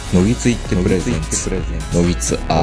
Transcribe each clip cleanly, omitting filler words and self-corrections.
のぎついってプレゼンツのぎつア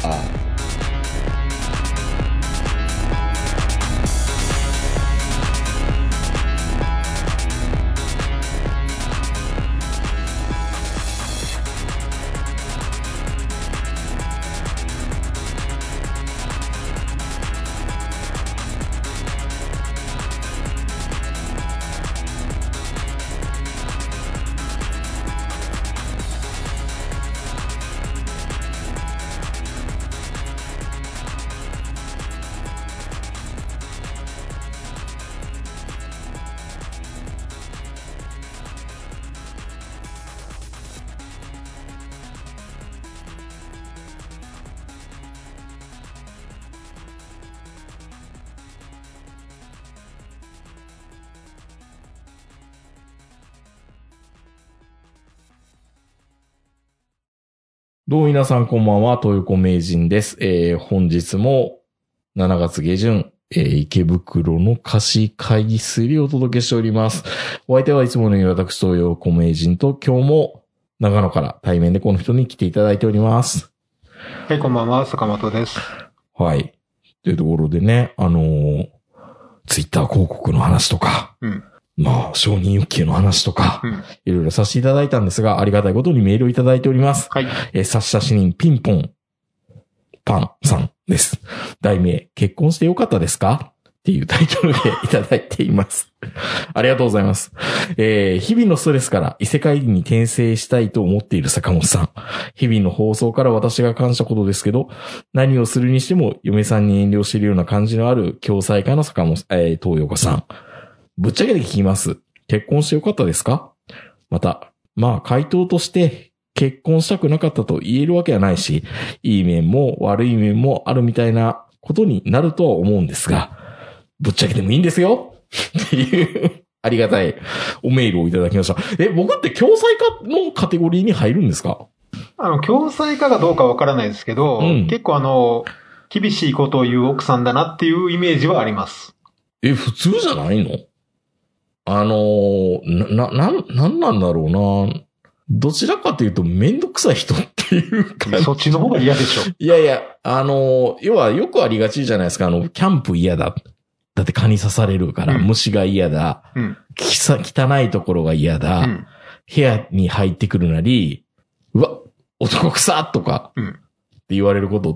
どうも皆さんこんばんは、東横名人です。本日も7月下旬、池袋の貸し会議室よりお届けしております。お相手はいつものように私、東横名人と今日も長野から対面でこの人に来ていただいております。 はい、こんばんは、坂本です。 はい。というところでね、ツイッター広告の話とか、まあ、承認欲求の話とか、いろいろさせていただいたんですが、ありがたいことにメールをいただいております。 はい。 察した死人ピンポンパンさんです。題名、結婚してよかったですかっていうタイトルでいただいています。ありがとうございます。日々のストレスから異世界に転生したいと思っている坂本さん。日々の放送から私が感じたことですけど、何をするにしても嫁さんに遠慮しているような感じのある共済家の坂本、東横さん。ぶっちゃけて聞きます。結婚してよかったですか？また、まあ回答として結婚したくなかったと言えるわけはないし、いい面も悪い面もあるみたいなことになるとは思うんですが、ぶっちゃけてもいいんですよっていうありがたいおメールをいただきました。僕って共済家のカテゴリーに入るんですか？ 共済家かどうかわからないですけど、結構厳しいことを言う奥さんだなっていうイメージはあります。 普通じゃないの？なんなんだろうな。どちらかというとめんどくさい人っていうか。 そっちの方が嫌でしょ。 いやいや、要はよくありがちじゃないですか。キャンプ嫌だ。だって蚊に刺されるから、虫が嫌だ。汚いところが嫌だ。部屋に入ってくるなり、うわ、男臭とか、って言われることって、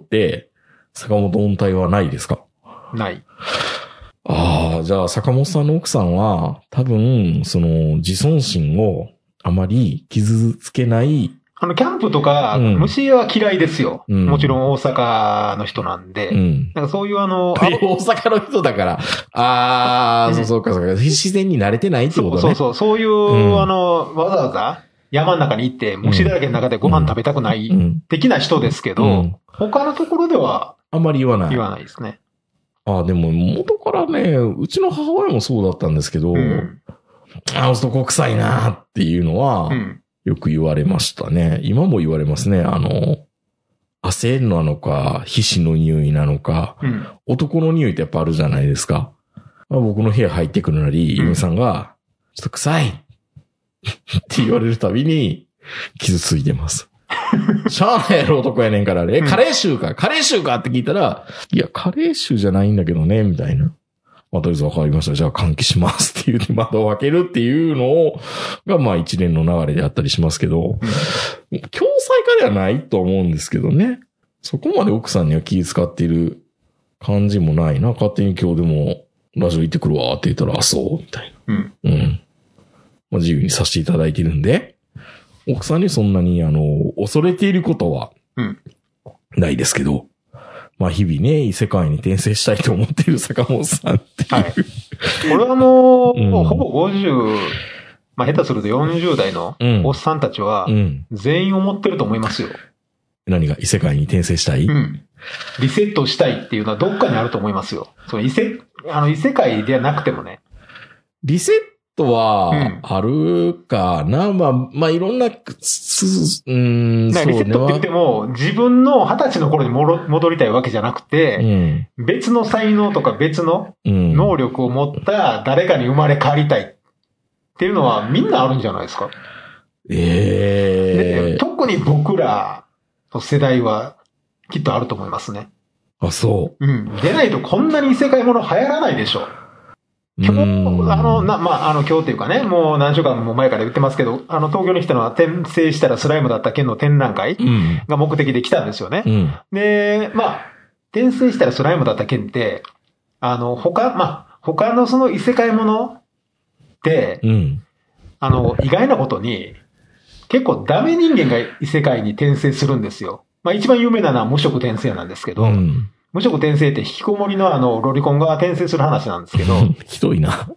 坂本音体はないですか？ ない。 ああ、じゃあ坂本さんの奥さんは多分、自尊心をあまり傷つけない。 キャンプとか、虫は嫌いですよ。もちろん大阪の人なんで。なんかそういう大阪の人だから、そうか。自然に慣れてないってことね。 そういう、わざわざ山の中に行って虫だらけの中でご飯食べたくない的な人ですけど、他のところでは、 あんまり言わない。 言わないですね。 でも元からね、うちの母親もそうだったんですけど、男臭いなっていうのは、よく言われましたね。今も言われますね。汗なのか、皮脂の匂いなのか、男の匂いってやっぱあるじゃないですか。僕の部屋入ってくるなり、嫁さんが、ちょっと臭いって言われるたびに、傷ついてます。しゃあないやろ男やねんからね。カレー臭かって聞いたら、いや、カレー臭じゃないんだけどね、みたいな。とりあえずわかりました。じゃあ換気しますって言って窓を開けるっていうのが、一連の流れであったりしますけど、共済化ではないと思うんですけどね。そこまで奥さんには気遣っている感じもないな。勝手に今日でもラジオ行ってくるわって言ったら、そう、みたいな。自由にさせていただいてるんで、奥さんにそんなに恐れていることはないですけど、日々ね、異世界に転生したいと思っている坂本さんっていう。はい。これはほぼ50、下手すると40代のおっさんたちは、全員思ってると思いますよ。 何が異世界に転生したい？ リセットしたいっていうのはどっかにあると思いますよ。異世界ではなくてもね。 リセットは、あるかな、いろんな、 リセットって言っても、自分の20歳の頃に戻りたいわけじゃなくて、別の才能とか別の能力を持った誰かに生まれ変わりたいっていうのはみんなあるんじゃないですか。特特に僕らの世代はきっとあると思いますね。 あ、そう。 うん。でないとこんなに異世界もの流行らないでしょ。今日、今日っていうかね、もう何週間も前から言ってますけど、東京に来たのは転生したらスライムだった件の展覧会が目的で来たんですよね。うん、で、転生したらスライムだった件って、他のその異世界ものって、うん、意外なことに、結構ダメ人間が異世界に転生するんですよ。一番有名なのは無職転生なんですけど、無職転生って引きこもりのロリコンが転生する話なんですけど。 ひどいな。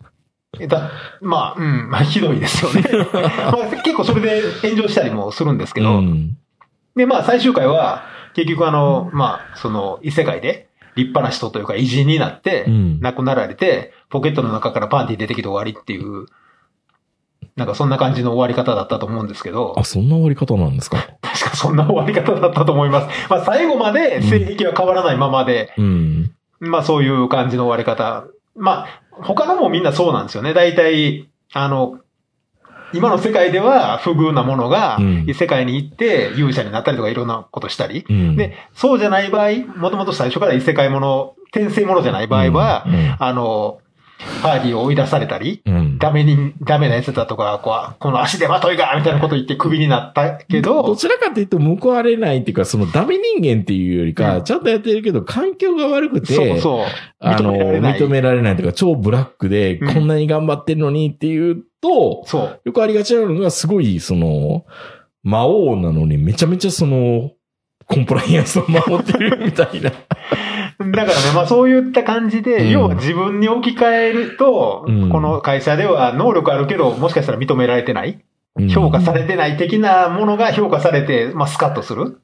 ひどいですよね。結構それで炎上したりもするんですけど、で、最終回は、結局その異世界で立派な人というか偉人になって、亡くなられて、ポケットの中からパンティ出てきて終わりっていう、なんかそんな感じの終わり方だったと思うんですけど。 あ、そんな終わり方なんですか？ 確かそんな終わり方だったと思います。最後まで性癖は変わらないままで、そういう感じの終わり方。他のもみんなそうなんですよね。大体、今の世界では不遇なものが異世界に行って勇者になったりとかいろんなことしたり。で、そうじゃない場合、もともと最初から異世界もの、転生ものじゃない場合は、パーティーを追い出されたり、ダメなやつだとか、この足でまといがみたいなこと言ってクビになったけど。 どちらかというと報われないっていうか、そのダメ人間っていうよりか、ちゃんとやってるけど、環境が悪くて、認められないというか、超ブラックで、こんなに頑張ってるのにっていうと、よくありがちなのが、すごい、魔王なのにめちゃめちゃコンプライアンスを守ってるみたいな。 だからね、そういった感じで、要は自分に置き換えると、この会社では能力あるけど、もしかしたら認められてない、評価されてない的なものが評価されて、スカッとする。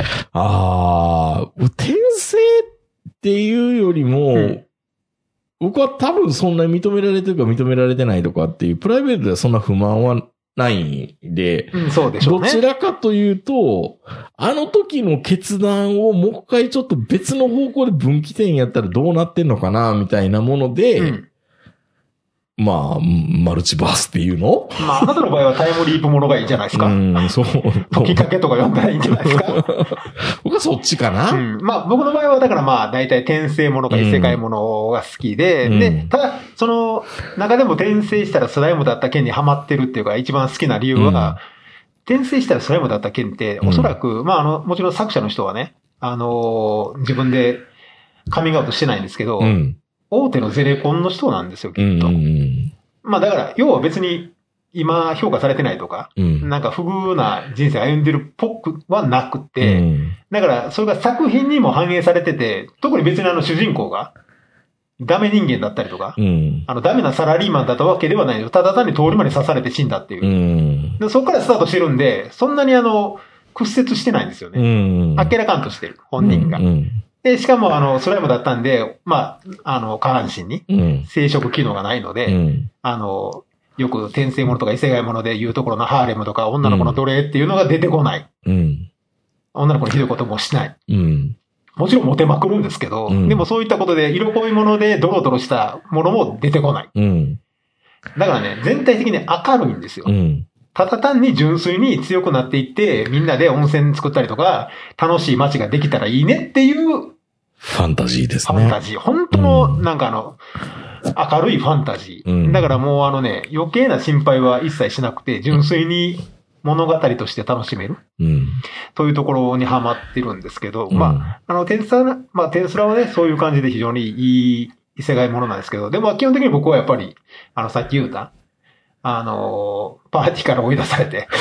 転生っていうよりも、僕は多分そんなに認められてるか認められてないとかっていう、プライベートではそんな不満はないんで、 そうでしょうね。 どちらかというと、あの時の決断をもう一回ちょっと別の方向で分岐点やったらどうなってんのかな、みたいなもので、マルチバースっていうの？ あなたの場合はタイムリープものがいいんじゃないですか。 そう。 時かけとか読んだらいいんじゃないですか。 僕はそっちかな。 僕の場合はだから大体転生ものか異世界ものが好きで、で、ただ、その中でも転生したらスライムだった件にハマってるっていうか一番好きな理由は、転生したらスライムだった件って、おそらく、もちろん作者の人はね、自分でカミングアウトしてないんですけど、大手のゼネコンの人なんですよ、きっと。だから、要は別に今評価されてないとか、なんか不遇な人生歩んでるっぽくはなくて、だからそれが作品にも反映されてて、特に別に主人公がダメ人間だったりとか、ダメなサラリーマンだったわけではないよ。ただ単に通り魔に刺されて死んだっていう。でそこからスタートしてるんで、そんなに屈折してないんですよね。あっけらかんとしてる、本人が。で、しかもスライムだったんで、下半身に生殖機能がないので、よく転生ものとか異世界もので言うところのハーレムとか女の子の奴隷っていうのが出てこない。女の子にひどいこともしない。もちろんモテまくるんですけど、でもそういったことで色濃いものでドロドロしたものも出てこない。だからね、全体的に明るいんですよ。ただ単に純粋に強くなっていって、みんなで温泉作ったりとか、楽しい街ができたらいいねっていうファンタジーですね。 ファンタジー。本当の、明るいファンタジー。だからもう余計な心配は一切しなくて、純粋に物語として楽しめる。というところにハマってるんですけど、テンスラはね、そういう感じで非常にいい異世界ものなんですけど、でも基本的に僕はやっぱり、さっき言った、パーティーから追い出されて、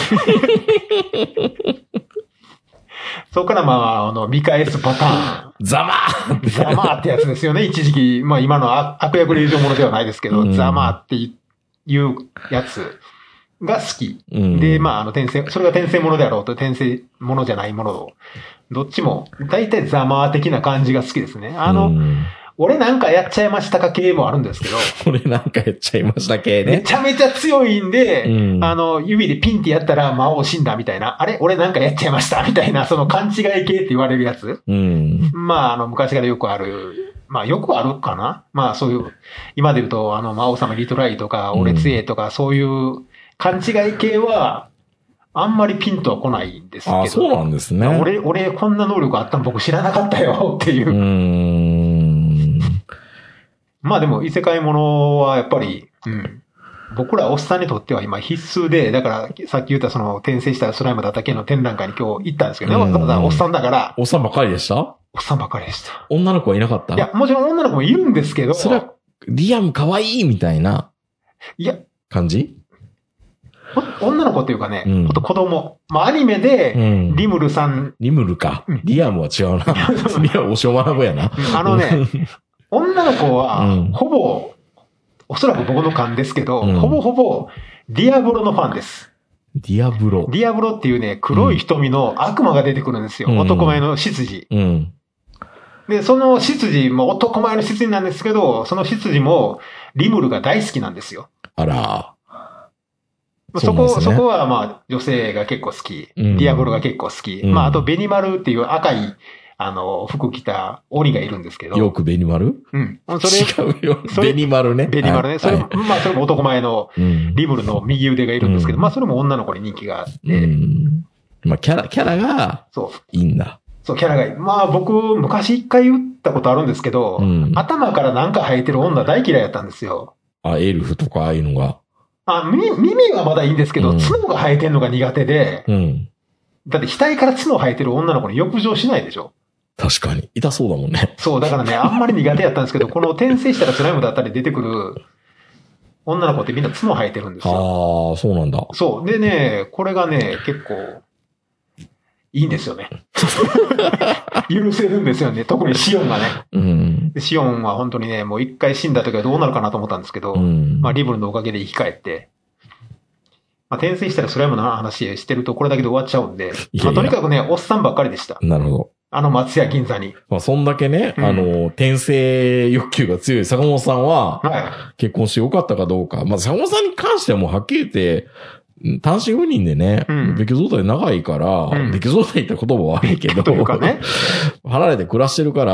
そこから見返すパターン。 ざまーってやつですよね。一時期、今の悪役令状ものではないですけど、ざまーっていうやつが好き。で、それが転生ものであろうと、転生ものじゃないものを、どっちも、大体ざまー的な感じが好きですね。俺なんかやっちゃいましたか系もあるんですけど。 俺なんかやっちゃいました系ね。 めちゃめちゃ強いんで、指でピンってやったら魔王死んだみたいな。あれ俺なんかやっちゃいましたみたいな、その勘違い系って言われるやつ。昔からよくある。よくあるかな。そういう、今で言うと、魔王様リトライとか、俺強えとか、そういう勘違い系は、 あんまりピンとは来ないんですけど。 あ、そうなんですね。 俺こんな能力あったの僕知らなかったよっていう。まあでも異世界ものはやっぱり、僕らおっさんにとっては今必須で、だからさっき言ったその転生したスライムだった系の展覧会に今日行ったんですけどね。おっさんだから。 おっさんばっかりでした？ おっさんばっかりでした。 女の子はいなかった？ いや、もちろん女の子もいるんですけど。 それは、リアム可愛いみたいな。 いや。 感じ？ 女の子っていうかね、子供。まあ、アニメで、リムルさん。 リムルか。リアムは違うな。リアムおしょうまな子やな。 女の子は、ほぼ、おそらく僕の勘ですけど、ほぼ、ディアブロのファンです。 ディアブロ。 ディアブロっていうね、黒い瞳の悪魔が出てくるんですよ。男前の執事。で、その執事も男前の執事なんですけど、その執事も、リムルが大好きなんですよ。 あら。 そこはまあ女性が結構好き。ディアブロが結構好き。まああとベニマルっていう赤い、服着た鬼がいるんですけど。 よくベニマル？違うよ。ベニマルね。 ベニマルね。それも男前のリムルの右腕がいるんですけど、まあそれも女の子に人気があって。 まあキャラが、いいんだ。 そう、キャラがいい。まあ僕、昔一回言ったことあるんですけど、頭からなんか生えてる女大嫌いやったんですよ。 あ、エルフとかああいうのが。 耳はまだいいんですけど、角が生えてんのが苦手で、だって額から角生えてる女の子に浴場しないでしょ？ 確かに。痛そうだもんね。 そう、だからね、あんまり苦手やったんですけど、この転生したらスライムだったり出てくる女の子ってみんな角生えてるんですよ。 ああ、そうなんだ。 そう。でね、これがね、結構、いいんですよね。許せるんですよね。特にシオンがね。シオンは本当にね、もう一回死んだ時はどうなるかなと思ったんですけど、まあリブルのおかげで生き返って、まあ転生したらスライムの話してるとこれだけで終わっちゃうんで、まあとにかくね、おっさんばっかりでした。 なるほど。 松屋銀座に。 まあそんだけね、転生欲求が強い坂本さんは、結婚してよかったかどうか。まあ坂本さんに関してはもうはっきり言って、単身赴任でね、別居状態長いから、別居状態って言葉は悪いけど、離れて暮らしてるから、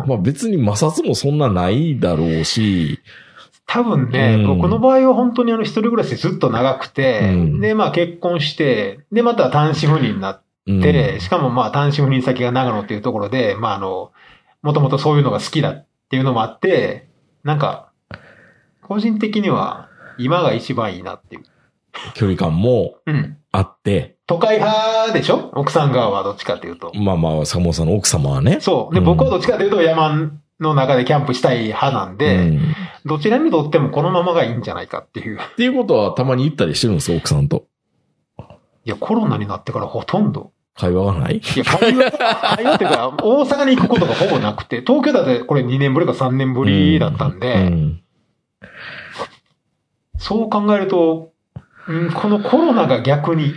まあ別に摩擦もそんなないだろうし、 多分ね、僕の場合は本当に一人暮らしずっと長くて、で、まあ結婚して、で、また単身赴任になって、しかもまあ単身赴任先が長野っていうところで、まあもともとそういうのが好きだっていうのもあって、なんか、個人的には今が一番いいなっていう。 距離感もあって、 都会派でしょ？奥さん側はどっちかっていうと。 まあまあ、坂本さんの奥様はね。 そう。で、僕はどっちかっていうと山の中でキャンプしたい派なんで、どちらにとってもこのままがいいんじゃないかっていう。 っていうことはたまに言ったりしてるんですよ、奥さんと。 いや、コロナになってからほとんど。 会話がない？いや、会話っていうか、大阪に行くことがほぼなくて、東京だってこれ2年ぶりか3年ぶりだったんで、そう考えると、このコロナが逆に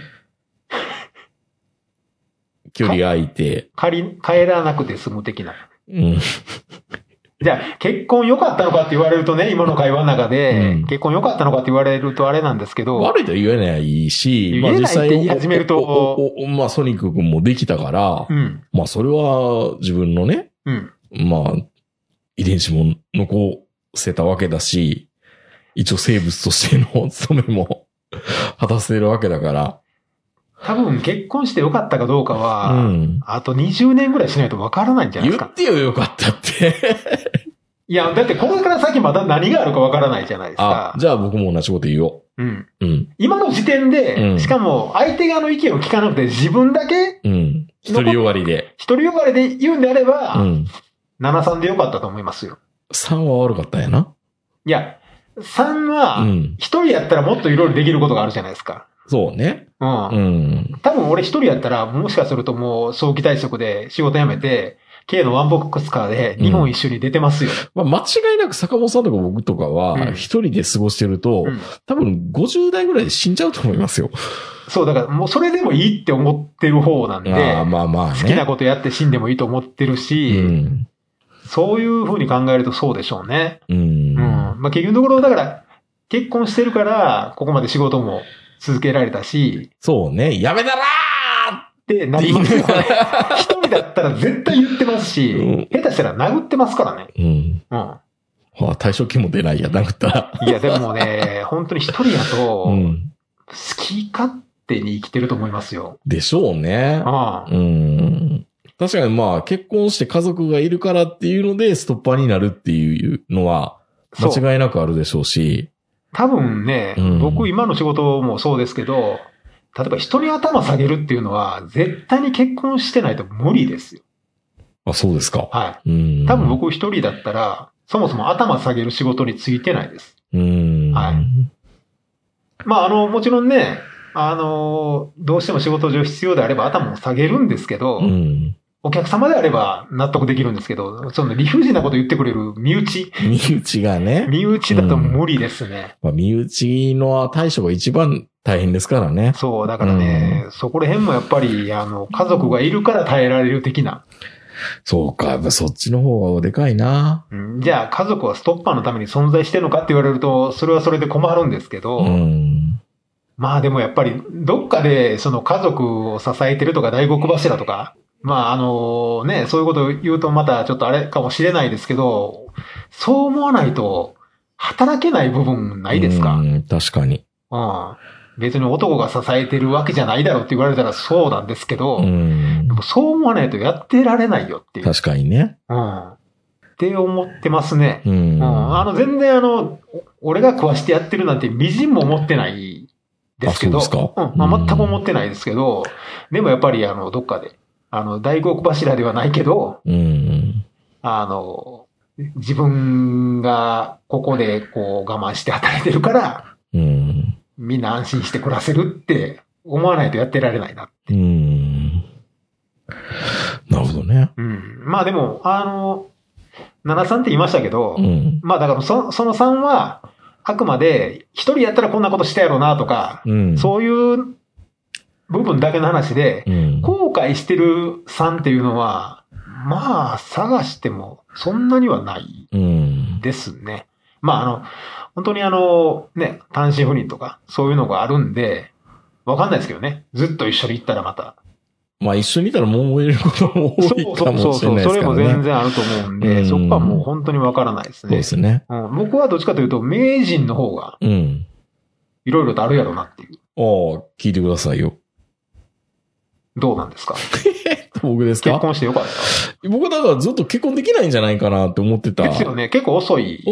距離空いて帰らなくて済む的な。じゃあ、結婚良かったのかって言われるとね、今の会話の中で、結婚良かったのかって言われるとあれなんですけど。 悪いとは言えないし、 言えないって言い始めると。 まあ、ソニック君もできたから、まあ、それは自分のね、まあ、遺伝子も残せたわけだし、一応生物としての務めも果たせるわけだから。 多分結婚してよかったかどうかは、あと20年ぐらいしないとわからないんじゃないですか。 言ってよよかったって。 いや、だってこれから先また何があるかわからないじゃないですか。 じゃあ僕も同じこと言おう。 今の時点で、しかも相手側の意見を聞かなくて自分だけ、 一人よがりで。 一人よがりで言うんであれば、7-3でよかったと思いますよ。 3は悪かったんやな。 いや、3は、一人やったらもっといろいろできることがあるじゃないですか。 そうね。 多分俺一人やったら、もしかするともう早期退職で仕事辞めて、K のワンボックスカーで日本一周に出てますよ。 まあ間違いなく坂本さんとか僕とかは、一人で過ごしてると、多分50代ぐらいで死んじゃうと思いますよ。 そう、だからもうそれでもいいって思ってる方なんで、 まあまあ、 好きなことやって死んでもいいと思ってるし、そういう風に考えるとそうでしょうね。まあ結局のところだから、結婚してるから、ここまで仕事も続けられたし。 そうね。やめたらーってなりますよね。一人だったら絶対言ってますし、下手したら殴ってますからね。 退職金も出ないや、殴ったら。 いや、でもね、本当に一人やと、好き勝手に生きてると思いますよ。 でしょうね。 ああ。 確かにまあ結婚して家族がいるからっていうのでストッパーになるっていうのは間違いなくあるでしょうし。 多分ね、僕今の仕事もそうですけど、例えば人に頭下げるっていうのは絶対に結婚してないと無理ですよ。 あ、そうですか。 はい。多分僕一人だったら、そもそも頭下げる仕事についてないです。はい。まあもちろんね、どうしても仕事上必要であれば頭を下げるんですけど、お客様であれば納得できるんですけど、その理不尽なこと言ってくれる身内。 身内がね。 身内だと無理ですね。 身内の対処が一番大変ですからね。 そう、だからね、そこら辺もやっぱり、家族がいるから耐えられる的な。 そうか、やっぱそっちの方がでかいな。 じゃあ家族はストッパーのために存在してるのかって言われると、それはそれで困るんですけど、まあでもやっぱりどっかでその家族を支えてるとか大黒柱とか、まあね、そういうことを言うとまたちょっとあれかもしれないですけど、そう思わないと働けない部分ないですか？ 確かに。 別に男が支えてるわけじゃないだろうって言われたらそうなんですけど、でもそう思わないとやってられないよっていう。 確かにね。 って思ってますね。全然俺が食わしてやってるなんて微塵も思ってないですけど、全く思ってないですけど、でもやっぱりどっかで、大黒柱ではないけど、自分がここでこう我慢して働いてるから、みんな安心して暮らせるって思わないとやってられないなって。 なるほどね。 まあでも、73って言いましたけど、まあだからその3は、あくまで一人やったらこんなことしたやろうなとか、そういう部分だけの話で、後悔してる3っていうのは、まあ探してもそんなにはないですね。まあ本当にね、単身赴任とかそういうのがあるんで、わかんないですけどね。ずっと一緒に行ったらまた。 まあ一緒にいたらもう燃えることも多いかもしれないですからね。 そう、それも全然あると思うんで、そこはもう本当にわからないですね。 そうですね。 僕はどっちかというと、名人の方が、いろいろとあるやろなっていう。 聞いてくださいよ。 どうなんですか？ 僕ですか？ 結婚してよかった？ 僕はだからずっと結婚できないんじゃないかなって思ってた。 ですよね。結構遅い。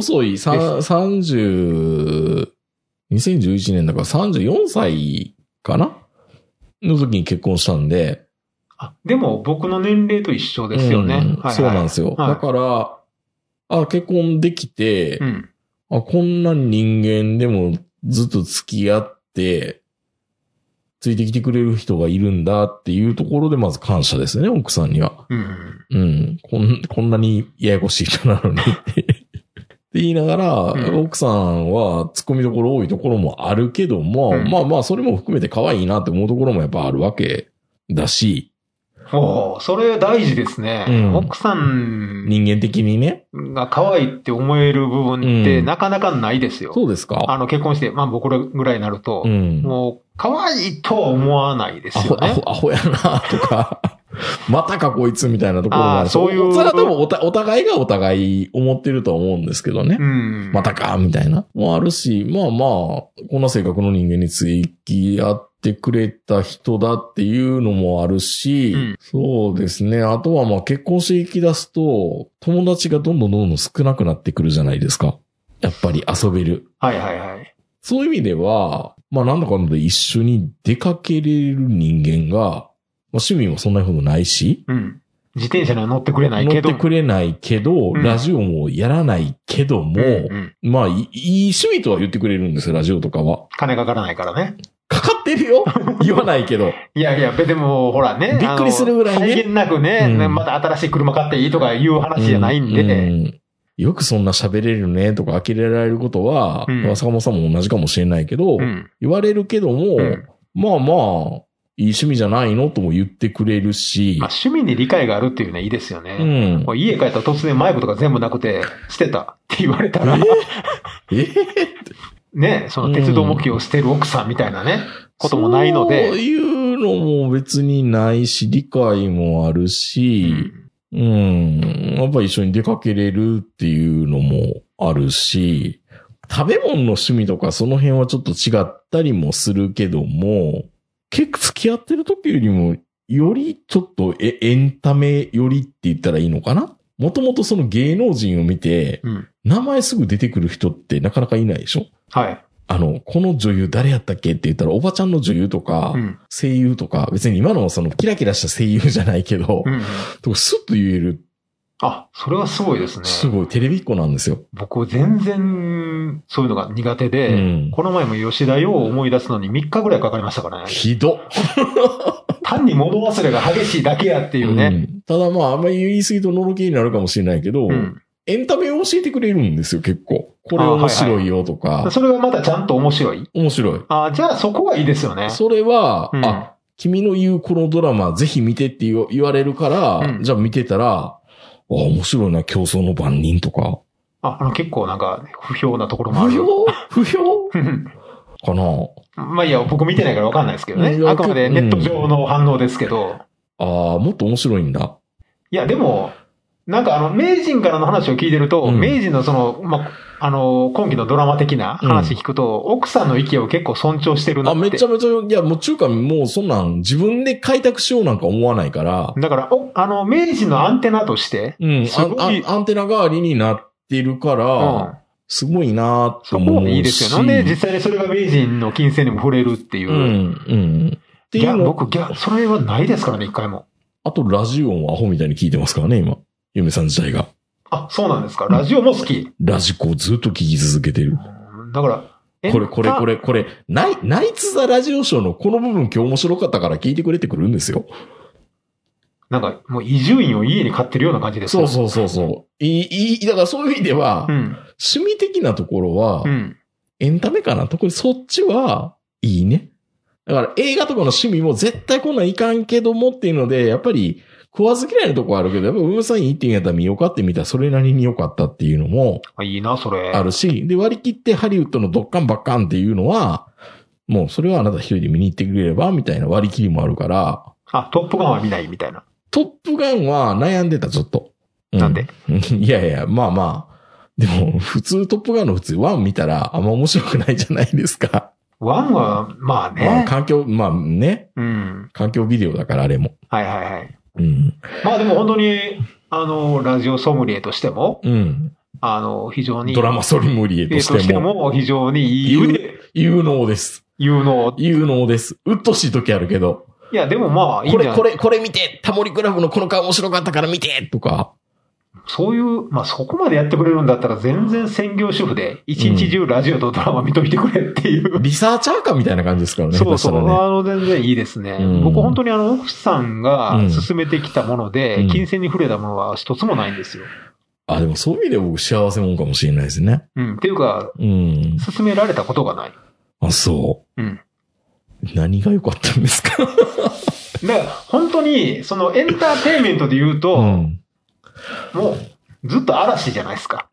2011年だから34歳かなの時に結婚したんで。 でも僕の年齢と一緒ですよね。 そうなんですよ。だから、結婚できて、こんな人間でもずっと付き合って、ついてきてくれる人がいるんだっていうところでまず感謝ですね、奥さんには。こんなにややこしい人なのにって言いながら、奥さんは突っ込みどころ多いところもあるけども、まあそれも含めて可愛いなって思うところもやっぱあるわけだし。 それ大事ですね。奥さん人間的にね。 が可愛いって思える部分ってなかなかないですよ。 そうですか？ 結婚して、まあ僕らぐらいになると、もう可愛いとは思わないですよね。 アホやなとか、またかこいつみたいなところもある。 そういう。 それは多分お互いがお互い思ってるとは思うんですけどね。またかみたいな。もあるし、まあこんな性格の人間に付き合ってくれた人だっていうのもあるし、そうですね。あとはまあ結婚していき出すと、友達がどんどん少なくなってくるじゃないですか。やっぱり遊べる。そういう意味では、まあなんだかんだで一緒に出かけれる人間が、まあ趣味もそんなことないし、 自転車には乗ってくれないけど。 ラジオもやらないけども、まあいい趣味とは言ってくれるんですよ、ラジオとかは。 金かからないからね。 かかってるよ言わないけど。 いや、でも、ほらね。 びっくりするぐらいね。 際限なくね、また新しい車買っていいとかいう話じゃないんで。 よくそんな喋れるねとか呆れられることは、坂本さんも同じかもしれないけど、言われるけども、まあ、いい趣味じゃないのとも言ってくれるし。 趣味に理解があるっていうのはいいですよね。家帰ったら突然マイクとか全部なくて、捨てたって言われたら。ね、その鉄道模型を捨てる奥さんみたいなね、こともないので。 そういうのも別にないし、理解もあるし、やっぱり一緒に出かけれるっていうのもあるし、食べ物の趣味とかその辺はちょっと違ったりもするけども、 結構付き合ってる時よりも、よりちょっとエンタメよりって言ったらいいのかな？もともとその芸能人を見て、名前すぐ出てくる人ってなかなかいないでしょ？はい。この女優誰やったっけって言ったら、おばちゃんの女優とか、声優とか、別に今のそのキラキラした声優じゃないけど、スッと言える。 あ、それはすごいですね。 すごい、テレビっ子なんですよ。 僕全然、そういうのが苦手で、この前も吉田洋を思い出すのに3日ぐらいかかりましたからね。 ひど単に物忘れが激しいだけやっていうね。 ただまあ、あんまり言い過ぎとのろけになるかもしれないけど、エンタメを教えてくれるんですよ、結構。これ面白いよとか。 それがまたちゃんと面白い？ 面白い。 じゃあそこがいいですよね。 それは、君の言うこのドラマぜひ見てって言われるから、じゃあ見てたら、面白いな、競争の番人とか。 結構なんか、不評なところもあるよ。 不評かな？ まあいいや、僕見てないからわかんないですけどね。あくまでネット上の反応ですけど。 もっと面白いんだ。 いや、でも、なんか名人からの話を聞いてると、名人のその、今期のドラマ的な話聞くと、奥さんの意見を結構尊重してるなって。 めちゃめちゃ、いや、もうそんなん自分で開拓しようなんか思わないから。 だから、名人のアンテナとして、 アンテナ代わりになってるから、すごいなと思うし。 そこいいですよ。なんで実際にそれが名人の金銭にも触れるっていう。っていう僕、それはないですからね、一回も。 あと、ラジオをアホみたいに聞いてますからね、今。嫁さん自体が。 そうなんですか。ラジオも好き。 ラジコをずっと聞き続けてる。 だから、 これ、ナイツ・ザ・ラジオショーのこの部分今日面白かったから聞いてくれってくるんですよ。 なんか、もう移住院を家に飼ってるような感じですよ。そう。だからそういう意味では、趣味的なところは、エンタメかな。特にそっちは、いいね。だから映画とかの趣味も絶対こんなんいかんけどもっていうので、やっぱり、食わず嫌いなとこあるけど、やっぱウムさんいいって言うんやったら見ようかって見たらそれなりに良かったっていうのも。 いいな、それ。 あるし、で、割り切ってハリウッドのドッカンバッカンっていうのは、もうそれはあなた一人で見に行ってくれれば、みたいな割り切りもあるから。 トップガンは見ないみたいな。 トップガンは悩んでた、ちょっと。 なんで？ いや、まあ。でも、普通トップガンの1見たらあんま面白くないじゃないですか。 1は、まあね。 環境ビデオだからあれも。 はい。まあでも本当に、ラジオソムリエとしても、非常に。 ドラマソムリエとしても。 非常にいい腕。 有能です。 有能です。うっとしい時あるけど。 いや、でもまあ、いいんじゃない？ これ見て、タモリクラブのこの顔面白かったから見てとか。 そういう、まあそこまでやってくれるんだったら全然専業主婦で、一日中ラジオとドラマ見といてくれっていう。 リサーチャーかみたいな感じですからね。 そう、全然いいですね。僕本当に奥さんが進めてきたもので、金銭に触れたものは一つもないんですよ。 でもそういう意味で僕幸せもんかもしれないですね。 っていうか、進められたことがない。 そう。何が良かったんですか？ だから本当に、そのエンターテインメントで言うと、もう、ずっと嵐じゃないですか。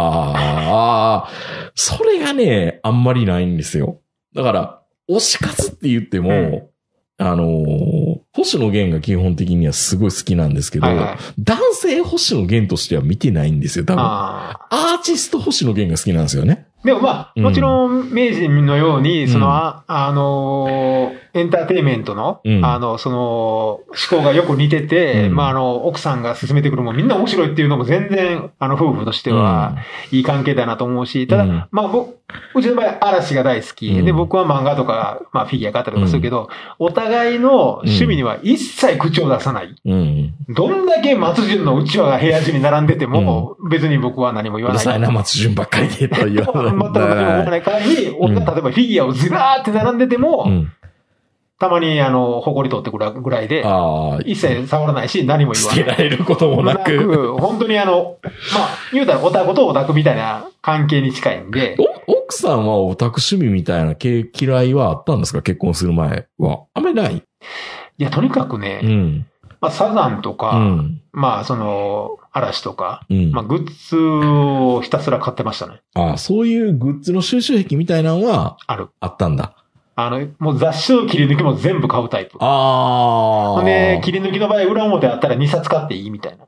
それがね、あんまりないんですよ。だから、推し活って言っても、星野源が基本的にはすごい好きなんですけど、男性星野源としては見てないんですよ、多分。アーティスト星野源が好きなんですよね。 でもまあ、もちろん、名人のように、その、エンターテインメントの、その、思考がよく似てて、奥さんが進めてくるもみんな面白いっていうのも全然、夫婦としては、いい関係だなと思うし、ただ、うちの場合、嵐が大好き。で、僕は漫画とか、フィギュア買ったりとかするけど、お互いの趣味には一切口を出さない。どんだけ松潤のうちわが部屋中に並んでても、別に僕は何も言わない。 うるさいな、松潤ばっかりでと言わない。 全く何も思わない代わりに、例えばフィギュアをずらーって並んでても、たまに、埃取ってくるぐらいで、一切触らないし、何も言わない。 捨てられることもなく。 本当に言うたらオタクとオタクみたいな関係に近いんで。 奥さんはオタク趣味みたいな嫌いはあったんですか？結婚する前は。あんまりない？ いや、とにかくね、サザンとか、嵐とか、グッズをひたすら買ってましたね。 そういうグッズの収集癖みたいなのは、あったんだ。 もう雑誌の切り抜きも全部買うタイプ。で、切り抜きの場合、裏表あったら2冊買っていいみたいな。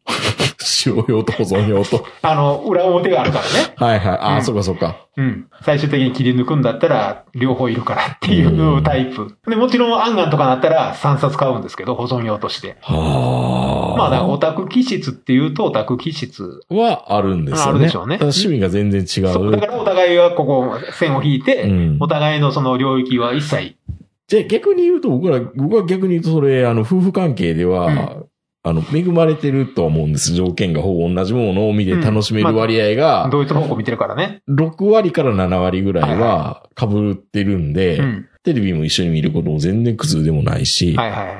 使用用と保存用と。 裏表があるからね。 はいはい。ああ、そうかそうか。 うん。最終的に切り抜くんだったら、両方いるからっていうタイプ。で、もちろん、アンガンとかだったら3冊買うんですけど、保存用として。 はあ。 まあ、だからオタク気質っていうと、オタク気質。 はあるんですよね。 あるでしょうね。 趣味が全然違う。 そう。だからお互いはここ、線を引いて、お互いのその領域は一切。 じゃあ逆に言うと、僕は逆に言うと、それ、夫婦関係では、恵まれてると思うんです。条件がほぼ同じものを見て楽しめる割合が、 同一方向見てるからね。 6割から7割ぐらいは被ってるんで、テレビも一緒に見ることも全然苦痛でもないし、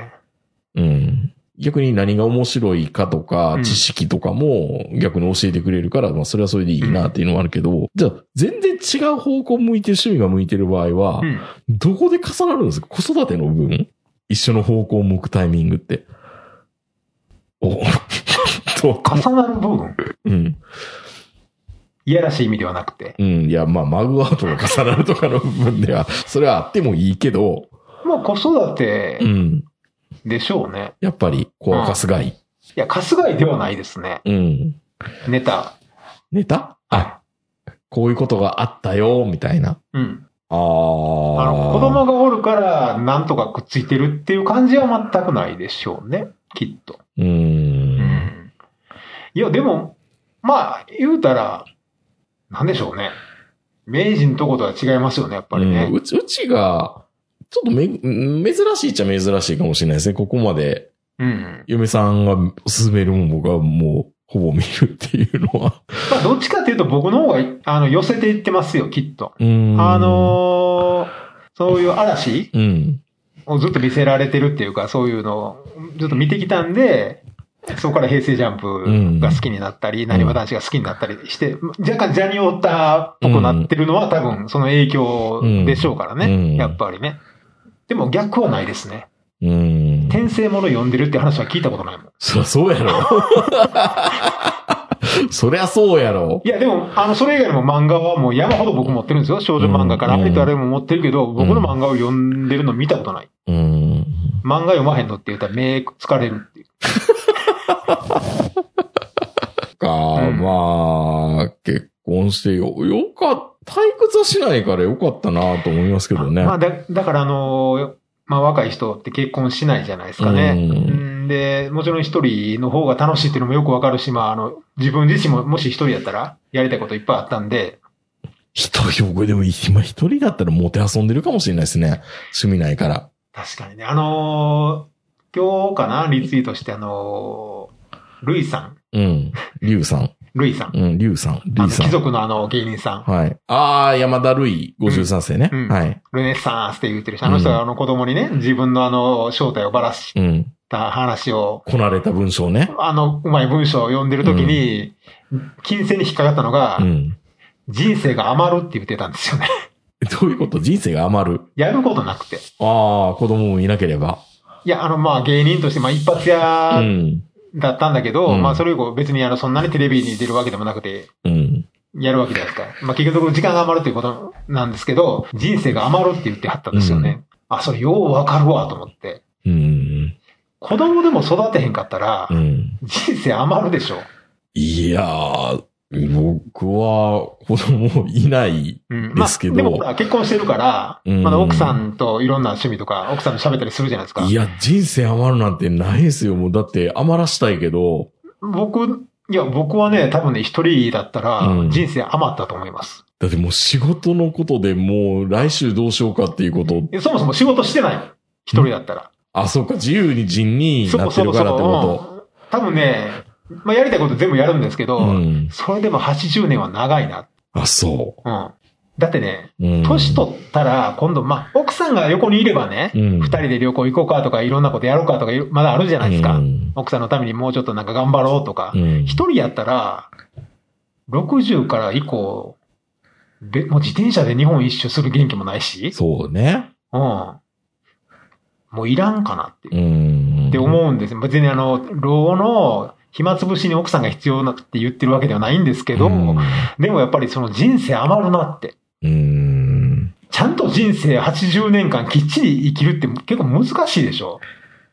逆に何が面白いかとか、知識とかも逆に教えてくれるから、まあそれはそれでいいなっていうのはあるけど、じゃあ全然違う方向向いてる趣味が向いてる場合は、どこで重なるんですか？子育ての部分？一緒の方向を向くタイミングって。 重なる部分？いやらしい意味ではなくて。 いや、まあ、マグアウトが重なるとかの部分では、それはあってもいいけど。 まあ、子育て、でしょうね。 やっぱり、こう、春日井。 いや、春日井ではないですね。ネタこういうことがあったよ、みたいな。 子供がおるから、なんとかくっついてるっていう感じは全くないでしょうね。きっと。いや、でも、まあ、言うたら、なんでしょうね。明治のとことは違いますよね、やっぱりね。 うちが、ちょっと珍しいっちゃ珍しいかもしれないですね。ここまで。嫁さんが勧めるもん僕はもう、ほぼ見るっていうのは。 まあ、どっちかっていうと僕の方が、寄せていってますよ、きっと。そういう嵐をずっと見せられてるっていうか、そういうのをずっと見てきたんで、そこから平成ジャンプが好きになったり、なにわ男子が好きになったりして、若干ジャニオタっぽくなってるのは多分その影響でしょうからね。やっぱりね。でも逆はないですね。転生もの読んでるって話は聞いたことないもん。 そうやろ。そりゃそうやろ。 いや、でも、それ以外にも漫画はもう山ほど僕持ってるんですよ。少女漫画からあれとあれも持ってるけど、僕の漫画を読んでるの見たことない。漫画読まへんのって言ったら目疲れるっていう。 まあ、結婚してよかった。退屈はしないからよかったなと思いますけどね。 まあ、だからまあ若い人って結婚しないじゃないですかね。で、もちろん一人の方が楽しいっていうのもよくわかるし、まあ自分自身ももし一人やったらやりたいこといっぱいあったんで。 僕でも今一人だったらモテ遊んでるかもしれないですね。趣味ないから。 確かにね。今日かなリツイートしてルイさん。 リュウさん。 ルイさん。 リュウさん。 貴族の芸人さん。 はい。山田ルイ53世ね。はい。 ルネッサンスって言ってるし、あの人は子供にね、自分の正体をばらした話を。 こなれた文章ね。 うまい文章を読んでるときに、金銭に引っかかったのが、人生が余るって言ってたんですよね。 どういうこと？人生が余る？ やることなくて。 子供もいなければ。 いや、まあ芸人として、まあ一発屋、だったんだけど、まあそれ以降別にそんなにテレビに出るわけでもなくて、やるわけじゃないですか。まあ結局時間が余るということなんですけど、人生が余るって言ってはったんですよね。それようわかるわと思って。子供でも育てへんかったら、人生余るでしょ。 いやー、僕は子供いないですけど。 でも結婚してるから、まだ奥さんといろんな趣味とか、奥さんと喋ったりするじゃないですか。 いや、人生余るなんてないですよ。もうだって余らしたいけど。僕はね、多分ね、一人だったら、人生余ったと思います。 だってもう仕事のことでもう来週どうしようかっていうこと。 そもそも仕事してない。一人だったら。 そうか、自由に人になってるからってこと。 多分ね、まあ、やりたいこと全部やるんですけど、それでも80年は長いな。 そう。 だってね、年取ったら、今度、まあ、奥さんが横にいればね、二人で旅行行こうかとか、いろんなことやろうかとか、まだあるじゃないですか。奥さんのためにもうちょっとなんか頑張ろうとか。一人やったら、60から以降、もう自転車で日本一周する元気もないし。 そうね。 もういらんかなって思うんですよ。別に老の、暇つぶしに奥さんが必要なって言ってるわけではないんですけど、でもやっぱりその人生余るなって。ちゃんと人生80年間きっちり生きるって結構難しいでしょ。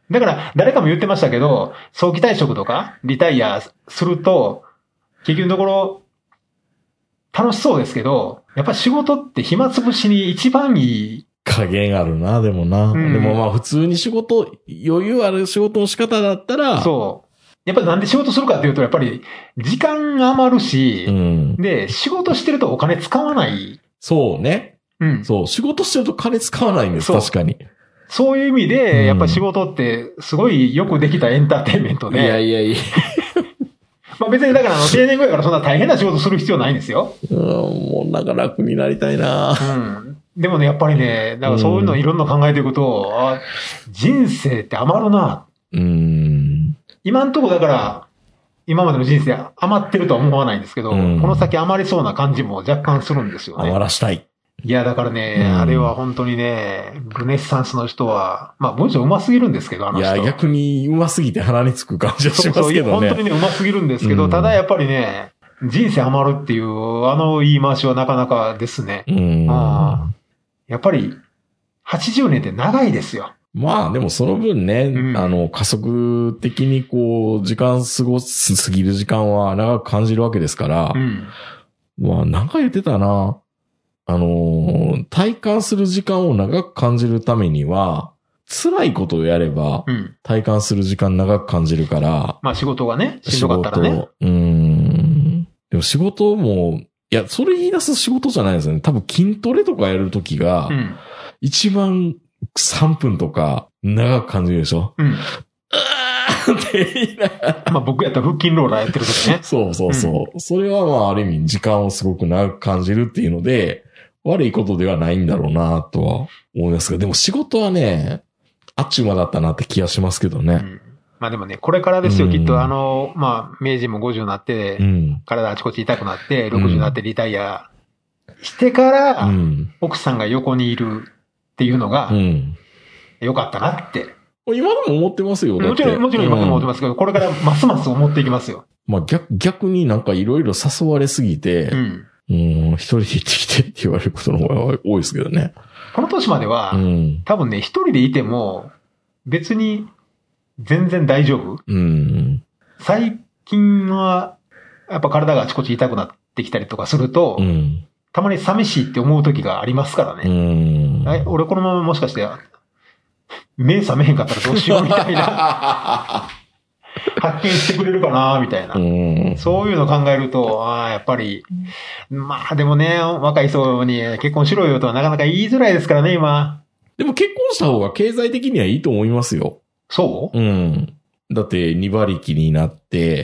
だから、誰かも言ってましたけど、早期退職とか、リタイアすると、結局のところ、楽しそうですけど、やっぱ仕事って暇つぶしに一番いい。 加減あるな、でもな。でもまあ普通に余裕ある仕事の仕方だったら。 そう。やっぱりなんで仕事するかっていうと、やっぱり時間が余るし、で、仕事してるとお金使わない。 そうね。そう、仕事してると金使わないんです、確かに。 そういう意味で、やっぱ仕事ってすごいよくできたエンターテインメントで。 いや。 まあ別にだから定年後やからそんな大変な仕事する必要ないんですよ。 もうなんか楽になりたいな。 でもね、やっぱりね、だからそういうのいろんな考えていくと、人生って余るな。今んとこだから、今までの人生余ってるとは思わないんですけど、この先余りそうな感じも若干するんですよね。 余らしたい。 いや、だからね、あれは本当にね、ルネッサンスの人は、まあ文章上手すぎるんですけど、あの人。 いや、逆に上手すぎて鼻につく感じがしますけどね。 本当にね、上手すぎるんですけど、ただやっぱりね、人生余るっていう、あの言い回しはなかなかですね。やっぱり、80年って長いですよ。 まあでもその分ね、加速的にこう、時間過ぎる時間は長く感じるわけですから、まあなんか言ってたな。体感する時間を長く感じるためには、辛いことをやれば、体感する時間長く感じるから。 まあ仕事がね、しんどかったらね。 でも仕事も、いや、それ言い出す仕事じゃないですよね。多分筋トレとかやるときが、一番3分とか長く感じるでしょ。って言いながら。 まあ僕やったら腹筋ローラーやってるときね。 そう。それはまあある意味時間をすごく長く感じるっていうので、悪いことではないんだろうなとは思いますが、でも仕事はね、あっちゅう間だったなって気がしますけどね。 まあでもね、これからですよ、きっとまあ、明治も50になって、体あちこち痛くなって、60になってリタイアしてから、奥さんが横にいるっていうのが、良かったなって。 今でも思ってますよ。 もちろん今でも思ってますけど、これからますます思っていきますよ。 まあ逆になんかいろいろ誘われすぎて、一人で行ってきてって言われることの方が多いですけどね。 この年までは、多分ね、一人でいても、別に全然大丈夫。最近は、やっぱ体があちこち痛くなってきたりとかすると、たまに寂しいって思う時がありますからね。俺このままもしかして、目覚めへんかったらどうしようみたいな。発見してくれるかなみたいな。そういうのを考えると、やっぱり、まあでもね、若い人に結婚しろよとはなかなか言いづらいですからね、今。 でも結婚した方が経済的にはいいと思いますよ。 そう？ だって2馬力になって、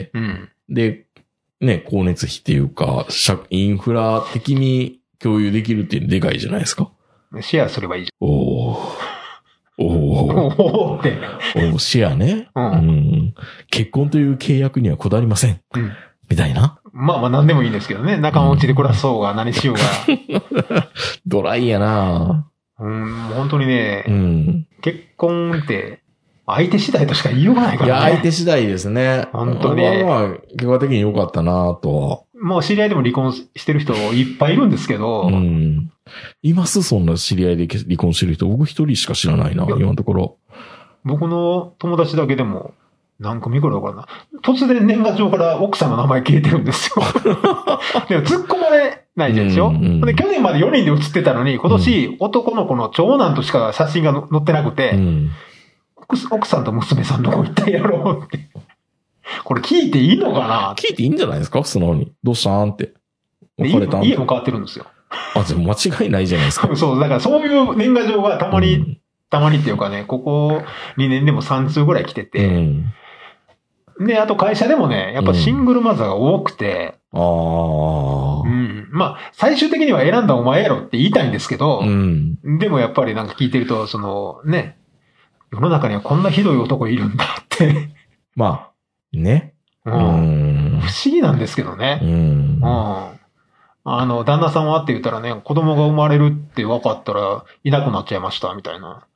で、ね、光熱費っていうか、インフラ的に共有できるっていうのでかいじゃないですか。 シェアすればいいじゃん。 って。シェアね。結婚という契約にはこだわりません。みたいな。 まあ何でもいいんですけどね。仲間内で暮らそうが何しようが。 ドライやな本当にね、結婚って、相手次第としか言いようがないからね。 いや、相手次第ですね。 本当に。 まあ、結果的に良かったなとは。 もう知り合いでも離婚してる人いっぱいいるんですけど。 いますそんな知り合いで離婚してる人。僕一人しか知らないな、今のところ。 僕の友達だけでも、何組くらいかな。突然年賀状から奥さんの名前消えてるんですよ。でも突っ込まれないでしょ、で去年まで4人で写ってたのに、今年男の子の長男としか写真が載ってなくて、奥さんと娘さんどこ行ったんやろうって。これ聞いていいのかな？ 聞いていいんじゃないですか素直に。どうしたんって。 家も変わってるんですよ。 でも間違いないじゃないですか。 そう、だからそういう年賀状がたまにっていうかね、ここ2年でも3通ぐらい来てて、で、あと会社でもね、やっぱシングルマザーが多くて、まあ、最終的には選んだお前やろって言いたいんですけど、でもやっぱりなんか聞いてると、ね、世の中にはこんなひどい男いるんだってまあ、ね。 不思議なんですけどね。旦那さんはって言ったらね、子供が生まれるって分かったらいなくなっちゃいました、みたいな。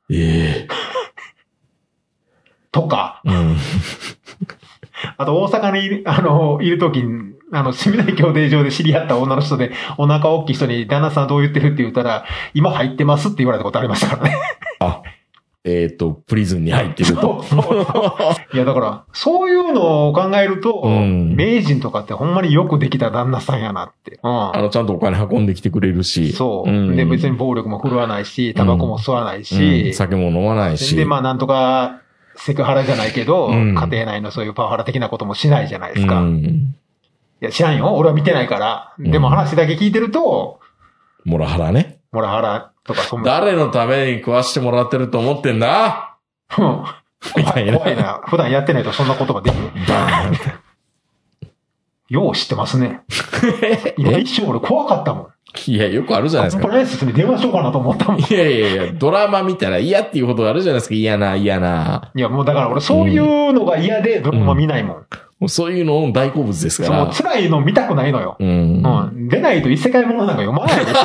とか。あと大阪にいるときに、住みたい協定上で知り合った女の人で、お腹大きい人に旦那さんどう言ってるって言ったら、今入ってますって言われたことありましたからね。 プリズンに入ってると。 いや、だから、そういうのを考えると、名人とかってほんまによくできた旦那さんやなって。 ちゃんとお金運んできてくれるし。 そう。で、別に暴力も振るわないし、タバコも吸わないし、 酒も飲まないし。 で、まあ、なんとか、セクハラじゃないけど、家庭内のそういうパワハラ的なこともしないじゃないですか。いや、知らんよ。俺は見てないから。でも話だけ聞いてると、 モラハラね。 モラハラとか誰のために食わしてもらってると思ってんだみたいな。怖いな。普段やってないとそんなことができる。よう知ってますね。今一瞬俺怖かったもん。 いや、よくあるじゃないですか。 コンプライアンスに電話しようかなと思ったもん。いや、ドラマ見たら嫌っていうほどあるじゃないですか。嫌な。いや、 もうだから俺そういうのが嫌でドラマ見ないもん。 もうそういうの大好物ですから。 辛いの見たくないのよ。出ないと異世界ものなんか読まないでしょ。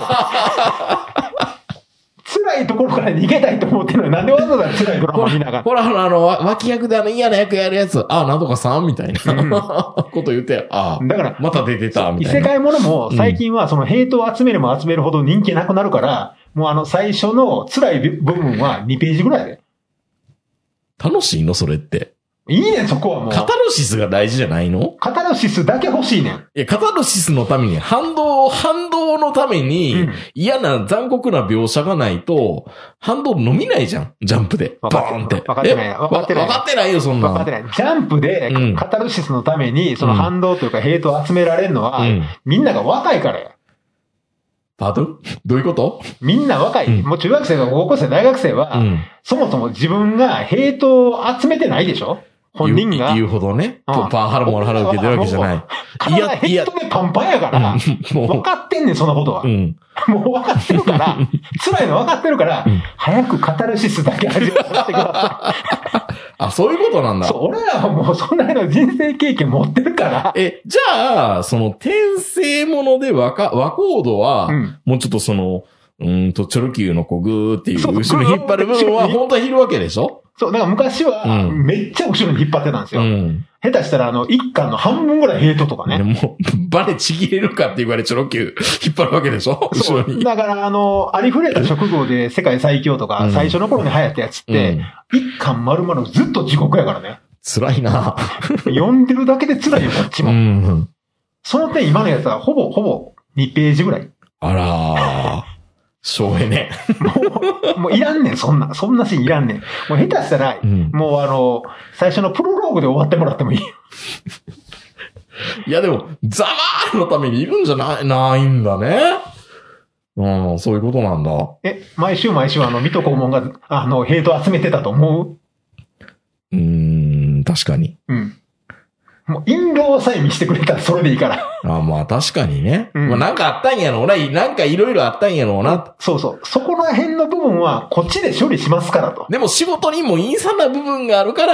辛いところから逃げたいと思ってるのになんでわざわざ辛いドラマ見ながら。 ほら、脇役で嫌な役やるやつ、なんとかさんみたいなこと言って、だからまた出てた、みたいな。 異世界ものも最近はそのヘイトを集めれば集めるほど人気なくなるから、もう最初の辛い部分は2ページぐらいで。 楽しいのそれって。 いいねん、そこはもう。 カタルシスが大事じゃないの？ カタルシスだけ欲しいねん。 いや、カタルシスのために、反動のために、嫌な残酷な描写がないと、反動飲みないじゃん。ジャンプで。ボーンって。 分かってない。分かってないよ、そんな。 分かってない。ジャンプで、カタルシスのために、その反動というかヘイトを集められるのは、みんなが若いからや。 パート？どういうこと？ みんな若い。もう中学生とか高校生、大学生は、そもそも自分がヘイトを集めてないでしょ？本人が。 言うほどね。パワハラモラハラ受けてるわけじゃない。 体ヘッドでパンパンやから、分かってんねん、そんなことは。もう分かってるから、辛いの分かってるから、早くカタルシスだけ味わってください。 そういうことなんだ。 そう、俺らはもうそんなの人生経験持ってるから。 じゃあ、その転生もので和コードは、もうちょっとチョロ Q のグーっていう後ろに引っ張る部分は本当はいるわけでしょ？そう、だから昔は、めっちゃ後ろに引っ張ってたんですよ。下手したら、一巻の半分ぐらいヘイトとかね。 もう、バレちぎれるかって言われチョロ Q 引っ張るわけでしょ？後ろに。 だから、ありふれた職業で世界最強とか、最初の頃に流行ったやつって、一巻丸々ずっと地獄やからね。 辛いな読んでるだけで辛いよ、こっちも。その点、今のやつはほぼ2ページぐらい。 あらー。しょうがね。 もういらんねん、そんなシーンいらんねん。もう下手したら、もう最初のプロローグで終わってもらってもいい。 いやでも、ザマーのためにいるんじゃないんだね。そういうことなんだ。 毎週水戸黄門が、ヘイト集めてたと思う？ 確かに。 もう、印籠さえ見せてくれたらそれでいいから。 まあ確かにね。なんかあったんやろうな。なんかいろいろあったんやろうな。 そうそう。そこら辺の部分はこっちで処理しますからと。 でも仕事にも陰惨な部分があるから、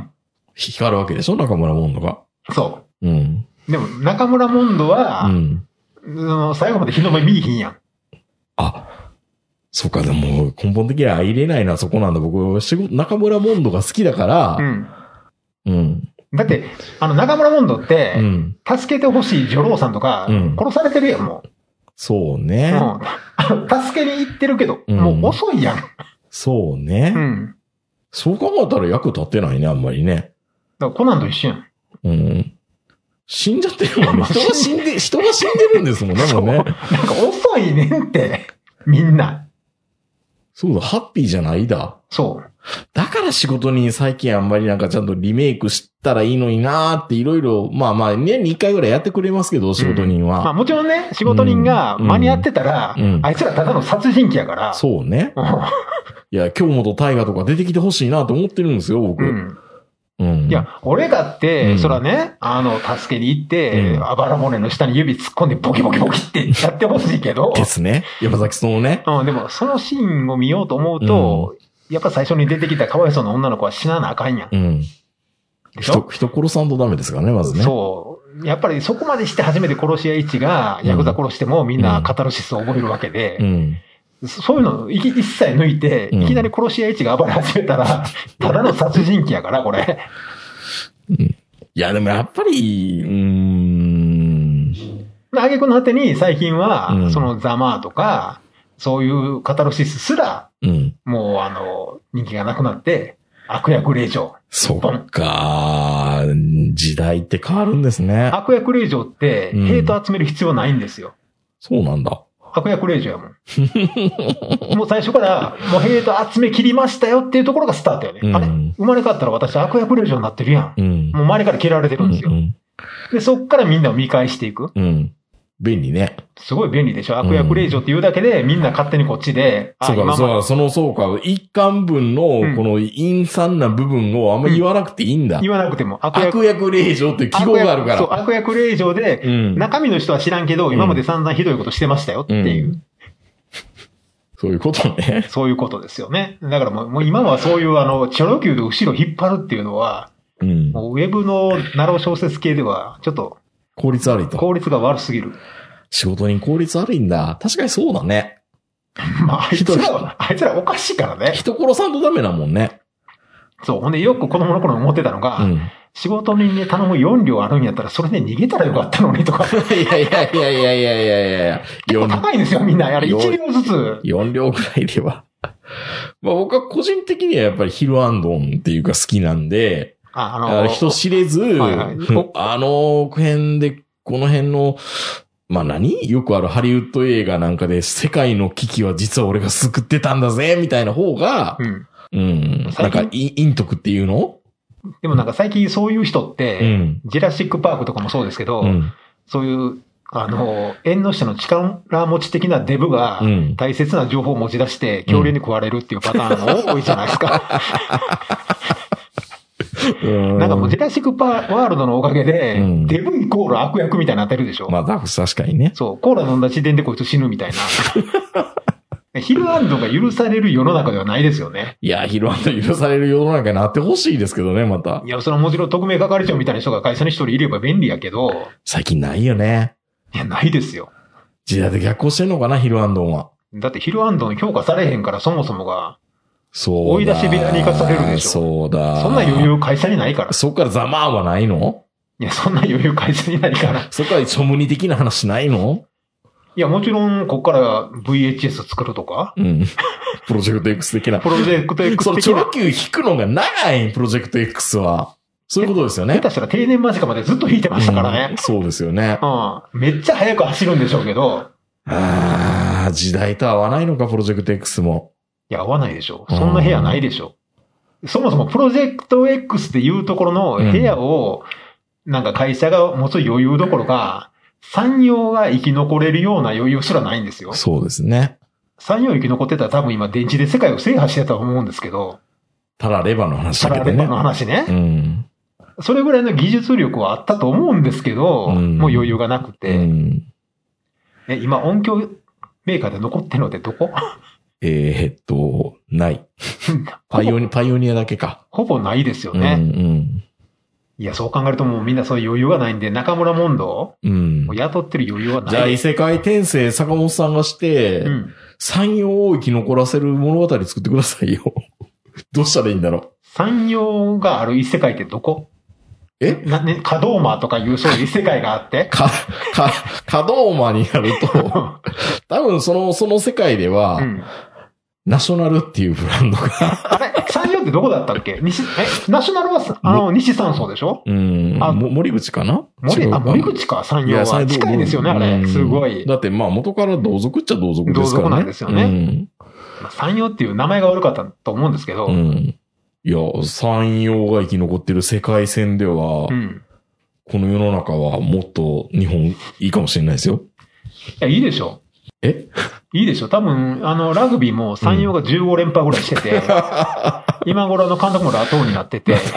光るわけでしょ？中村モンドが。 そう。でも中村モンドは、最後まで日の目見いひんやん。 そうか、でも根本的には入れないのはそこなんだ。僕、中村モンドが好きだから、 だって、中村モンドって、助けてほしい女郎さんとか、殺されてるやん、もう。 そうね。 助けに行ってるけど、もう遅いやん。 そうね。そう考えたら役立ってないね、あんまりね。 だからコナンと一緒やん。 死んじゃってるもんね。人が死んでるんですもんね、もうね。なんか遅いねんって、みんな。 そうだ、ハッピーじゃないだ。 そう。 だから仕事に最近あんまりなんかちゃんとリメイクしたらいいのになーっていろいろ、まあ年に1回ぐらいやってくれますけど、仕事人は。 もちろんね、仕事人が間に合ってたら、あいつらただの殺人鬼やから。 そうね。いや、京本大河とか出てきてほしいなと思ってるんですよ、僕。 いや、俺だって、そらね、助けに行って、あばら骨の下に指突っ込んでボキボキボキってやってほしいけど。 ですね。山崎そうね。 でも、そのシーンを見ようと思うと、やっぱ最初に出てきたかわいそうな女の子は死ななあかんやん。でしょ？ 人殺さんとダメですからね、まずね。 そう。やっぱりそこまでして初めて殺し屋一が、ヤクザ殺してもみんなカタルシスを覚えるわけで、そういうの一切抜いて、いきなり殺し屋一が暴れ始めたら、ただの殺人鬼やから、これ。 いや、でもやっぱり、 挙句の果てに最近は、そのザマーとか、 そういうカタルシスすら、もう人気がなくなって、悪役令嬢。 そっか。時代って変わるんですね。 悪役令嬢って、ヘイト集める必要ないんですよ。 そうなんだ。 悪役令嬢やもん。もう最初から、もうヘイト集め切りましたよっていうところがスタートやね。あれ生まれ変わったら私悪役令嬢になってるやん。もう周りから嫌われてるんですよ。で、そっからみんなを見返していく。 便利ね。 すごい便利でしょ。悪役令嬢って言うだけで、みんな勝手にこっちで。 そうか、そうか。一巻分の、この陰惨な部分をあんまり言わなくていいんだ。 言わなくても。 悪役令嬢って記号があるから。 そう、悪役令嬢で、中身の人は知らんけど、今まで散々ひどいことしてましたよっていう。 そういうことね。 そういうことですよね。だからもう今はそういうチョロ Q で後ろ引っ張るっていうのは、もうウェブのナロー小説系では、ちょっと、 効率悪いと。 効率が悪すぎる。 仕事に効率悪いんだ。確かにそうだね。 まあ、あいつらおかしいからね。 人殺さんとダメだもんね。 そう。ほんで、よく子供の頃思ってたのが、仕事にね、頼む4両あるんやったら、それで逃げたらよかったのにとか。 いや。 結構高いんですよ、みんな。1両ずつ。 4両くらいでは。まあ僕は個人的にはやっぱりヒルアンドンっていうか好きなんで、人知れず、辺で、この辺の、まあよくあるハリウッド映画なんかで世界の危機は実は俺が救ってたんだぜみたいな方が、なんか陰徳っていうの？ でもなんか最近そういう人って、ジェラシックパークとかもそうですけど、そういう、縁の下の力持ち的なデブが大切な情報を持ち出して恐竜に食われるっていうパターンも多いじゃないですか。なんかもうジェラシックワールドのおかげで、デブイコール悪役みたいになってるでしょ。 まあ、確かにね。 そう、コーラ飲んだ時点でこいつ死ぬみたいな。ヒルアンドが許される世の中ではないですよね。 いや、ヒルアンド許される世の中になってほしいですけどね、また。 いや、それはもちろん特命係長みたいな人が会社に一人いれば便利やけど。 最近ないよね。 いや、ないですよ。 時代で逆行してんのかな、ヒルアンドンは。 だってヒルアンドン評価されへんからそもそもが。 そう追い出し部屋に行かされるでしょ。 そうだ。 そんな余裕会社にないから。 そっからざまーはないの？ いや、そんな余裕会社にないから。 そっから庶務に的な話ないの？ いや、もちろん、こっから VHS 作るとか。 プロジェクト X 的な。 プロジェクト X 的な。 そのチョロ Q 引くのが長い、プロジェクト X は。そういうことですよね。 下手したら定年間近までずっと引いてましたからね。 そうですよね。 めっちゃ速く走るんでしょうけど。 時代と合わないのか、プロジェクト X も。 いや、合わないでしょ。そんな部屋ないでしょ。そもそもプロジェクト X っていうところの部屋を、なんか会社が持つ余裕どころか、産業が生き残れるような余裕すらないんですよ。 そうですね。 産業生き残ってたら多分今電池で世界を制覇してたと思うんですけど。 たらればの話だけどね。 たらればの話ね。それぐらいの技術力はあったと思うんですけど、もう余裕がなくて。今音響メーカーで残ってるのってどこ？ ない。パイオニアだけか。 ほぼないですよね。いや、そう考えるともうみんなそういう余裕がないんで、中村モンドを雇ってる余裕はない。 じゃあ異世界転生坂本さんがして、産業を生き残らせる物語作ってくださいよ。どうしたらいいんだろう。 産業がある異世界ってどこ？カドーマとかいうそういう異世界があってカドーマになると、多分その世界では、ナショナルっていうブランドが。 あれ産業ってどこだったっけナショナルは、西三層でしょ？ 森口かな？ 森口か、産業は。近いですよね、あれ。すごい。 だってまあ元から同族っちゃ同族ですからね。 同族なんですよね。産業っていう名前が悪かったと思うんですけど。 いや、産業が生き残ってる世界線では、この世の中はもっと日本いいかもしれないですよ。 いや、いいでしょ。いいでしょ。多分、ラグビーも産業が15連覇ぐらいしてて、今頃監督もラトーになってて。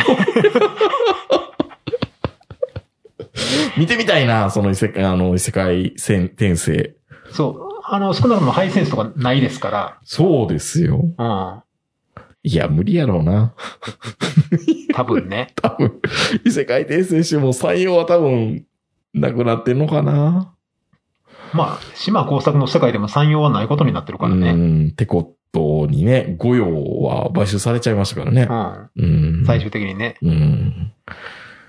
見てみたいな、その異世界転生。 そう。少なくともハイセンスとかないですから。 そうですよ。いや、無理やろうな。 多分ね。 多分、異世界転生しても採用は多分、なくなってんのかな。 まあ、島工作の世界でも産業はないことになってるからね。 ってことにね、御用は買収されちゃいましたからね。 最終的にね。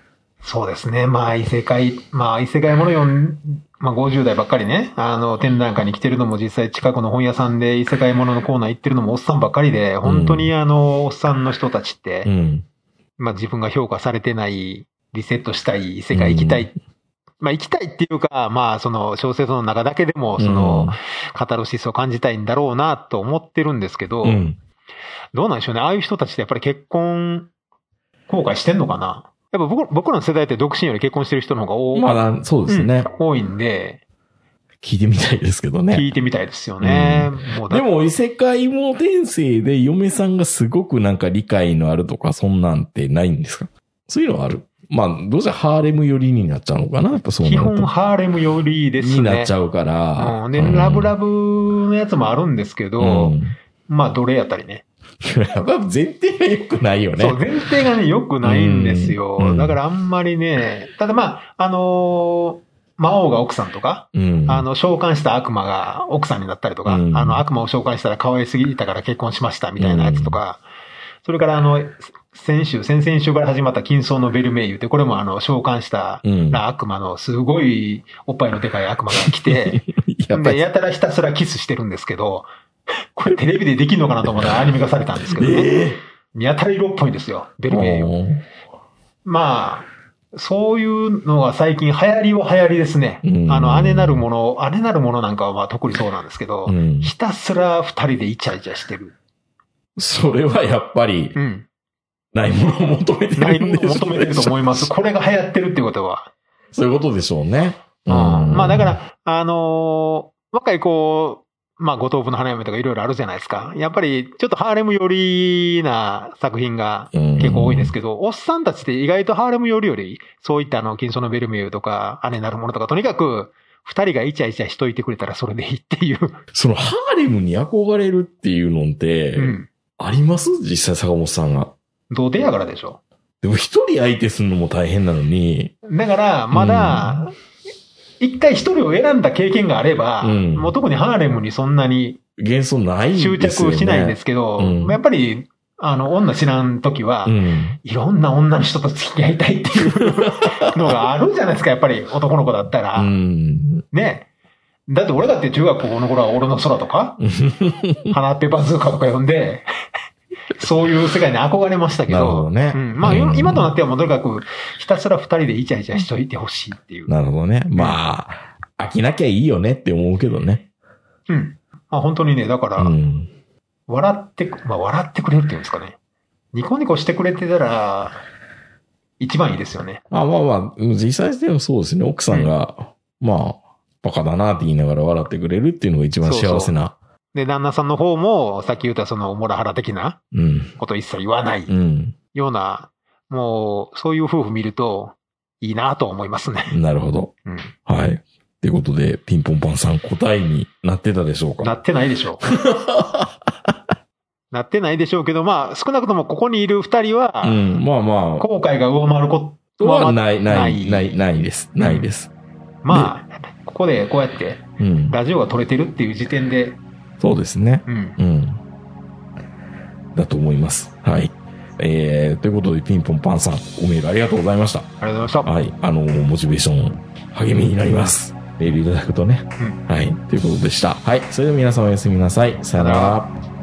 そうですね。まあ、異世界ものまあ、50代ばっかりね、展覧会に来てるのも実際近くの本屋さんで異世界もののコーナー行ってるのもおっさんばっかりで、本当におっさんの人たちって、まあ自分が評価されてない、リセットしたい、異世界行きたい。まあ行きたいっていうか、まあその小説の中だけでも、カタルシスを感じたいんだろうなと思ってるんですけど、どうなんでしょうね。ああいう人たちってやっぱり結婚、後悔してんのかな。やっぱ僕らの世代って独身より結婚してる人の方が多い。 まあ、そうですね。 多いんで。 聞いてみたいですけどね。 聞いてみたいですよね。 でも、異世界も転生で嫁さんがすごくなんか理解のあるとか、そんなんてないんですか？そういうのはある？まあ、どうせハーレム寄りになっちゃうのかな？やっぱそうなると。 基本ハーレム寄りですね。 になっちゃうから。 で、ラブラブのやつもあるんですけど、まあ、奴隷やったりね。 前提が良くないよね。 そう、前提がね、良くないんですよ。だからあんまりね、ただまあ、魔王が奥さんとか、召喚した悪魔が奥さんになったりとか、悪魔を召喚したら可愛すぎたから結婚しましたみたいなやつとか、それから先々週から始まった金層のベルメイユって、これも召喚したら悪魔のすごいおっぱいのでかい悪魔が来て、で、やたらひたすらキスしてるんですけど、これテレビでできるのかなと思ったらアニメ化されたんですけどね。やたら色っぽいんですよ、ベルメイユ。まあ、そういうのが最近流行りですね。姉なるものなんかはまあ特にそうなんですけど、ひたすら二人でイチャイチャしてる。 それはやっぱり、ないものを求めてるんでしょうね。ないものを求めてると思います。 これが流行ってるってことは。 そういうことでしょうね。 まあだから、若い子、まあ、五等分の花嫁とかいろいろあるじゃないですか。やっぱり、ちょっとハーレム寄りな作品が結構多いんですけど、おっさんたちって意外とハーレム寄りより、そういった金層のベルメイユとか、姉なるものとか、とにかく、二人がイチャイチャしといてくれたらそれでいいっていう。 そのハーレムに憧れるっていうのって、あります？実際坂本さんが。 童貞やからでしょ。 でも一人相手するのも大変なのに。 だから、まだ、一回一人を選んだ経験があれば、もう特にハーレムにそんなに幻想ないんですよね。 執着しないんですけど、やっぱり、女知らんときは、いろんな女の人と付き合いたいっていうのがあるじゃないですか、やっぱり男の子だったら。ね。だって俺だって中学校の頃は俺の空とか、花っぺバズーカとか呼んで、そういう世界に憧れましたけど。 なるほどね。 まあ、今となってはもうとにかく、ひたすら二人でイチャイチャしといてほしいっていう。 なるほどね。まあ、飽きなきゃいいよねって思うけどね。 まあ本当にね、だから、笑ってくれるっていうんですかね。ニコニコしてくれてたら、一番いいですよね。 まあ、実際でもそうですね。奥さんが、まあ、バカだなって言いながら笑ってくれるっていうのが一番幸せな。 で、旦那さんの方も、さっき言ったそのモラハラ的なこと一切言わないような、もう、そういう夫婦見ると、いいなと思いますね。 なるほど。はい。ということで、ピンポンパンさん答えになってたでしょうか？ なってないでしょう。なってないでしょうけど、まあ、少なくともここにいる二人は、 まあまあ。 後悔が上回ることはないです。ないです。 まあ、ここでこうやって、ラジオが撮れてるっていう時点で、 そうですね。だと思います。はい。ということで、ピンポンパンさん、おメールありがとうございました。 ありがとうございました。はい。モチベーション、励みになります。メールいただくとね。はい。ということでした。はい。それでは皆さんおやすみなさい。さよなら。